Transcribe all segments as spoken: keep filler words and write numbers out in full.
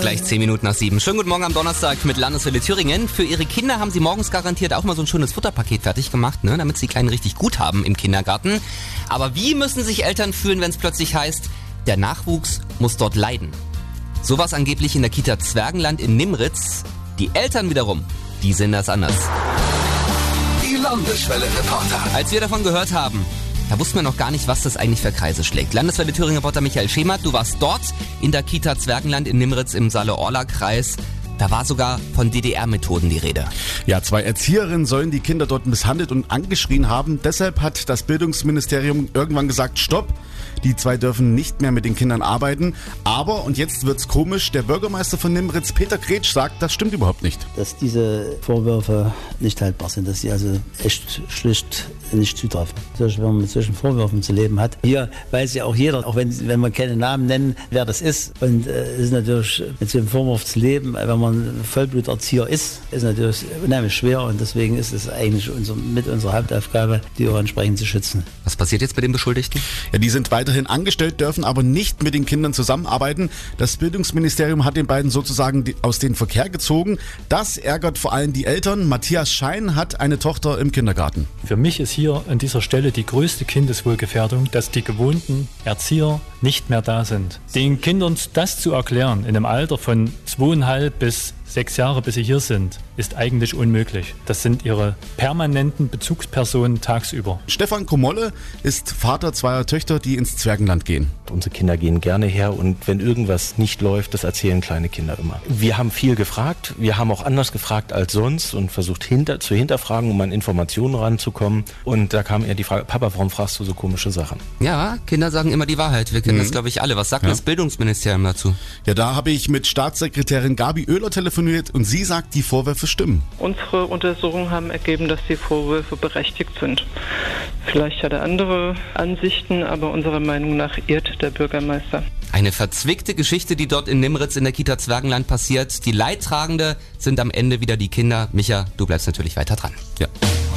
Gleich zehn Minuten nach sieben. Schönen guten Morgen am Donnerstag mit Landeswelle Thüringen. Für Ihre Kinder haben Sie morgens garantiert auch mal so ein schönes Futterpaket fertig gemacht, ne? Damit Sie die Kleinen richtig gut haben im Kindergarten. Aber wie müssen sich Eltern fühlen, wenn es plötzlich heißt, der Nachwuchs muss dort leiden? Sowas angeblich in der Kita Zwergenland in Nimritz. Die Eltern wiederum, die sehen das anders. Die Landeswelle-Reporter. Als wir davon gehört haben, da wussten wir noch gar nicht, was das eigentlich für Kreise schlägt. Landeswelle Thüringen-Reporter Michael Schemert, du warst dort in der Kita Zwergenland in Nimritz im Saale-Orla-Kreis. Da war sogar von D D R-Methoden die Rede. Ja, zwei Erzieherinnen sollen die Kinder dort misshandelt und angeschrien haben. Deshalb hat das Bildungsministerium irgendwann gesagt, stopp, die zwei dürfen nicht mehr mit den Kindern arbeiten. Aber, und jetzt wird's komisch, der Bürgermeister von Nimritz, Peter Kretsch, sagt, das stimmt überhaupt nicht. Dass diese Vorwürfe nicht haltbar sind, dass sie also echt schlicht nicht zutreffen. Wenn man mit solchen Vorwürfen zu leben hat. Hier weiß ja auch jeder, auch wenn, wenn man keine Namen nennen, wer das ist. Und äh, es ist natürlich mit so einem Vorwurf zu leben, wenn man Vollbluterzieher ist, ist natürlich unheimlich schwer. Und deswegen ist es eigentlich unser, mit unserer Hauptaufgabe, die auch entsprechend zu schützen. Was passiert jetzt mit den Beschuldigten? Ja, die sind weiterhin angestellt, dürfen aber nicht mit den Kindern zusammenarbeiten. Das Bildungsministerium hat den beiden sozusagen die, aus dem Verkehr gezogen. Das ärgert vor allem die Eltern. Matthias Schein hat eine Tochter im Kindergarten. Für mich ist hier an dieser Stelle die größte Kindeswohlgefährdung, dass die gewohnten Erzieher nicht mehr da sind. Den Kindern das zu erklären, in einem Alter von zweieinhalb bis sechs Jahre, bis sie hier sind, ist eigentlich unmöglich. Das sind ihre permanenten Bezugspersonen tagsüber. Stefan Komolle ist Vater zweier Töchter, die ins Zwergenland gehen. Unsere Kinder gehen gerne her und wenn irgendwas nicht läuft, das erzählen kleine Kinder immer. Wir haben viel gefragt, wir haben auch anders gefragt als sonst und versucht hinter, zu hinterfragen, um an Informationen ranzukommen. Und da kam eher die Frage, Papa, warum fragst du so komische Sachen? Ja, Kinder sagen immer die Wahrheit. Wir kennen Mhm. das, glaube ich, alle. Was sagt Ja. das Bildungsministerium dazu? Ja, da habe ich mit Staatssekretärin Gabi Oehler telefoniert und sie sagt, die Vorwürfe stimmen. Unsere Untersuchungen haben ergeben, dass die Vorwürfe berechtigt sind. Vielleicht hat er andere Ansichten, aber unserer Meinung nach irrt der Bürgermeister. Eine verzwickte Geschichte, die dort in Nimritz in der Kita Zwergenland passiert. Die Leidtragende sind am Ende wieder die Kinder. Micha, du bleibst natürlich weiter dran. Ja.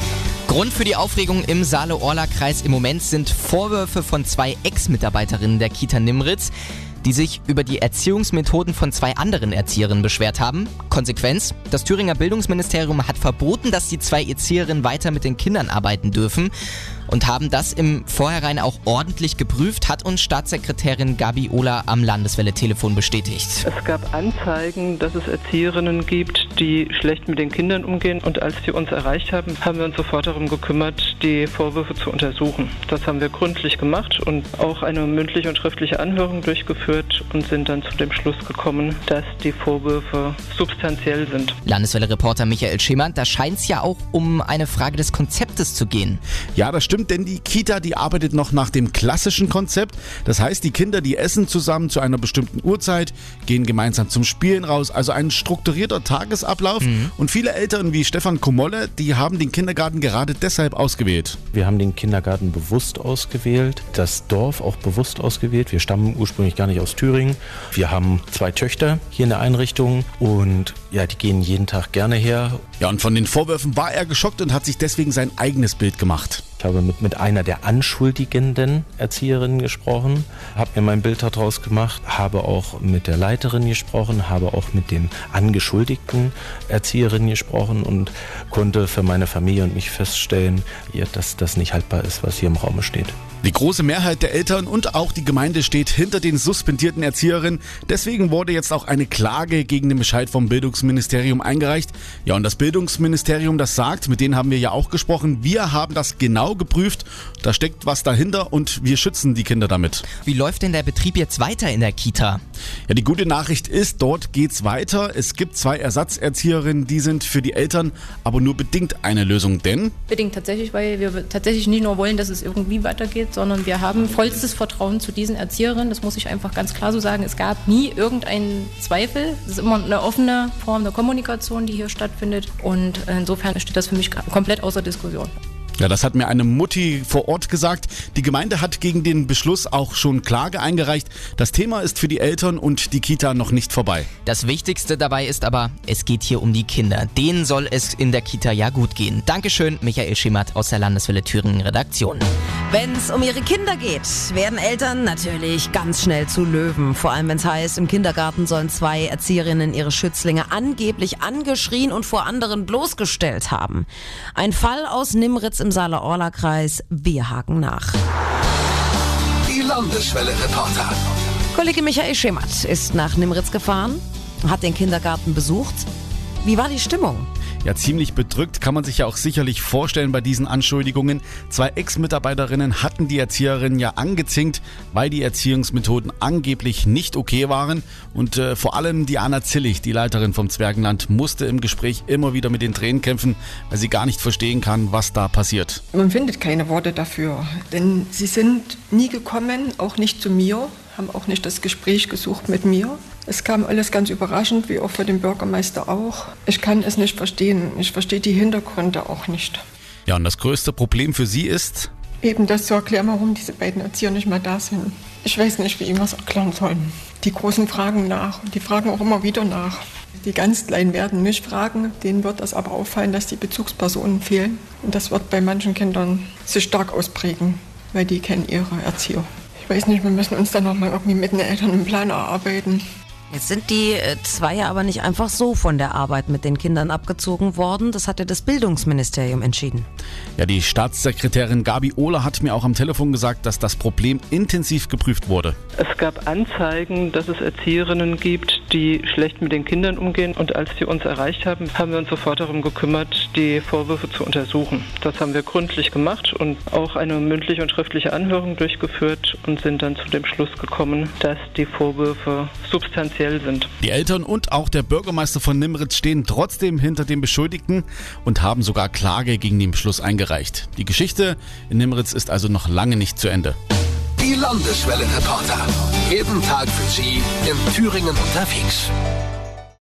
Grund für die Aufregung im Saale-Orla-Kreis im Moment sind Vorwürfe von zwei Ex-Mitarbeiterinnen der Kita Nimritz, die sich über die Erziehungsmethoden von zwei anderen Erzieherinnen beschwert haben. Konsequenz: Das Thüringer Bildungsministerium hat verboten, dass die zwei Erzieherinnen weiter mit den Kindern arbeiten dürfen und haben das im Vorhinein auch ordentlich geprüft, hat uns Staatssekretärin Gabi Oehler am Landeswelle-Telefon bestätigt. Es gab Anzeigen, dass es Erzieherinnen gibt, die schlecht mit den Kindern umgehen. Und als die uns erreicht haben, haben wir uns sofort darum gekümmert, die Vorwürfe zu untersuchen. Das haben wir gründlich gemacht und auch eine mündliche und schriftliche Anhörung durchgeführt und sind dann zu dem Schluss gekommen, dass die Vorwürfe substanziell sind. Landeswelle-Reporter Michael Schemert, da scheint es ja auch um eine Frage des Konzeptes zu gehen. Ja, das stimmt, denn die Kita, die arbeitet noch nach dem klassischen Konzept. Das heißt, die Kinder, die essen zusammen zu einer bestimmten Uhrzeit, gehen gemeinsam zum Spielen raus. Also ein strukturierter Tagesablauf. Mhm. Und viele Eltern wie Stefan Komolle, die haben den Kindergarten gerade deshalb ausgewählt. Wir haben den Kindergarten bewusst ausgewählt, das Dorf auch bewusst ausgewählt. Wir stammen ursprünglich gar nicht aus Thüringen. Wir haben zwei Töchter hier in der Einrichtung und ja, die gehen jeden Tag gerne her. Ja, und von den Vorwürfen war er geschockt und hat sich deswegen sein eigenes Bild gemacht. Ich habe mit, mit einer der anschuldigenden Erzieherinnen gesprochen, habe mir mein Bild daraus gemacht, habe auch mit der Leiterin gesprochen, habe auch mit den angeschuldigten Erzieherinnen gesprochen und konnte für meine Familie und mich feststellen, dass das nicht haltbar ist, was hier im Raum steht. Die große Mehrheit der Eltern und auch die Gemeinde steht hinter den suspendierten Erzieherinnen. Deswegen wurde jetzt auch eine Klage gegen den Bescheid vom Bildungsministerium eingereicht. Ja, und das Bildungsministerium, das sagt, mit denen haben wir ja auch gesprochen, wir haben das genau geprüft. Da steckt was dahinter und wir schützen die Kinder damit. Wie läuft denn der Betrieb jetzt weiter in der Kita? Ja, die gute Nachricht ist, dort geht's weiter. Es gibt zwei Ersatzerzieherinnen, die sind für die Eltern aber nur bedingt eine Lösung, denn... Bedingt tatsächlich, weil wir tatsächlich nicht nur wollen, dass es irgendwie weitergeht, sondern wir haben vollstes Vertrauen zu diesen Erzieherinnen. Das muss ich einfach ganz klar so sagen. Es gab nie irgendeinen Zweifel. Es ist immer eine offene Form der Kommunikation, die hier stattfindet. Und insofern steht das für mich komplett außer Diskussion. Ja, das hat mir eine Mutti vor Ort gesagt. Die Gemeinde hat gegen den Beschluss auch schon Klage eingereicht. Das Thema ist für die Eltern und die Kita noch nicht vorbei. Das Wichtigste dabei ist aber, es geht hier um die Kinder. Denen soll es in der Kita ja gut gehen. Dankeschön, Michael Schimmert aus der Landeswelle Thüringen Redaktion. Wenn es um ihre Kinder geht, werden Eltern natürlich ganz schnell zu Löwen. Vor allem, wenn es heißt, im Kindergarten sollen zwei Erzieherinnen ihre Schützlinge angeblich angeschrien und vor anderen bloßgestellt haben. Ein Fall aus Nimritz im Saale-Orla-Kreis. Wir haken nach. Die Landeswelle-Reporter. Kollege Michael Schimmert ist nach Nimritz gefahren, hat den Kindergarten besucht. Wie war die Stimmung? Ja, ziemlich bedrückt kann man sich ja auch sicherlich vorstellen bei diesen Anschuldigungen. Zwei Ex-Mitarbeiterinnen hatten die Erzieherin ja angezinkt, weil die Erziehungsmethoden angeblich nicht okay waren. Und äh, vor allem Diana Zillig, die Leiterin vom Zwergenland, musste im Gespräch immer wieder mit den Tränen kämpfen, weil sie gar nicht verstehen kann, was da passiert. Man findet keine Worte dafür, denn sie sind nie gekommen, auch nicht zu mir, haben auch nicht das Gespräch gesucht mit mir. Es kam alles ganz überraschend, wie auch für den Bürgermeister auch. Ich kann es nicht verstehen. Ich verstehe die Hintergründe auch nicht. Ja, und das größte Problem für sie ist? Eben das zu erklären, warum diese beiden Erzieher nicht mehr da sind. Ich weiß nicht, wie ich das erklären soll. Die Großen fragen nach und die fragen auch immer wieder nach. Die ganz Kleinen werden nicht fragen, denen wird das aber auffallen, dass die Bezugspersonen fehlen. Und das wird bei manchen Kindern sich stark ausprägen, weil die kennen ihre Erzieher. Ich weiß nicht, wir müssen uns dann nochmal irgendwie mit den Eltern einen Plan erarbeiten. Jetzt sind die äh, zwei ja aber nicht einfach so von der Arbeit mit den Kindern abgezogen worden. Das hat ja das Bildungsministerium entschieden. Ja, die Staatssekretärin Gabi Ohler hat mir auch am Telefon gesagt, dass das Problem intensiv geprüft wurde. Es gab Anzeigen, dass es Erzieherinnen gibt, die schlecht mit den Kindern umgehen. Und als sie uns erreicht haben, haben wir uns sofort darum gekümmert, die Vorwürfe zu untersuchen. Das haben wir gründlich gemacht und auch eine mündliche und schriftliche Anhörung durchgeführt und sind dann zu dem Schluss gekommen, dass die Vorwürfe substanziell sind. Die Eltern und auch der Bürgermeister von Nimritz stehen trotzdem hinter dem Beschuldigten und haben sogar Klage gegen den Beschluss eingereicht. Die Geschichte in Nimritz ist also noch lange nicht zu Ende. Die Landeswelle-Reporter. Jeden Tag für Sie in Thüringen unterwegs.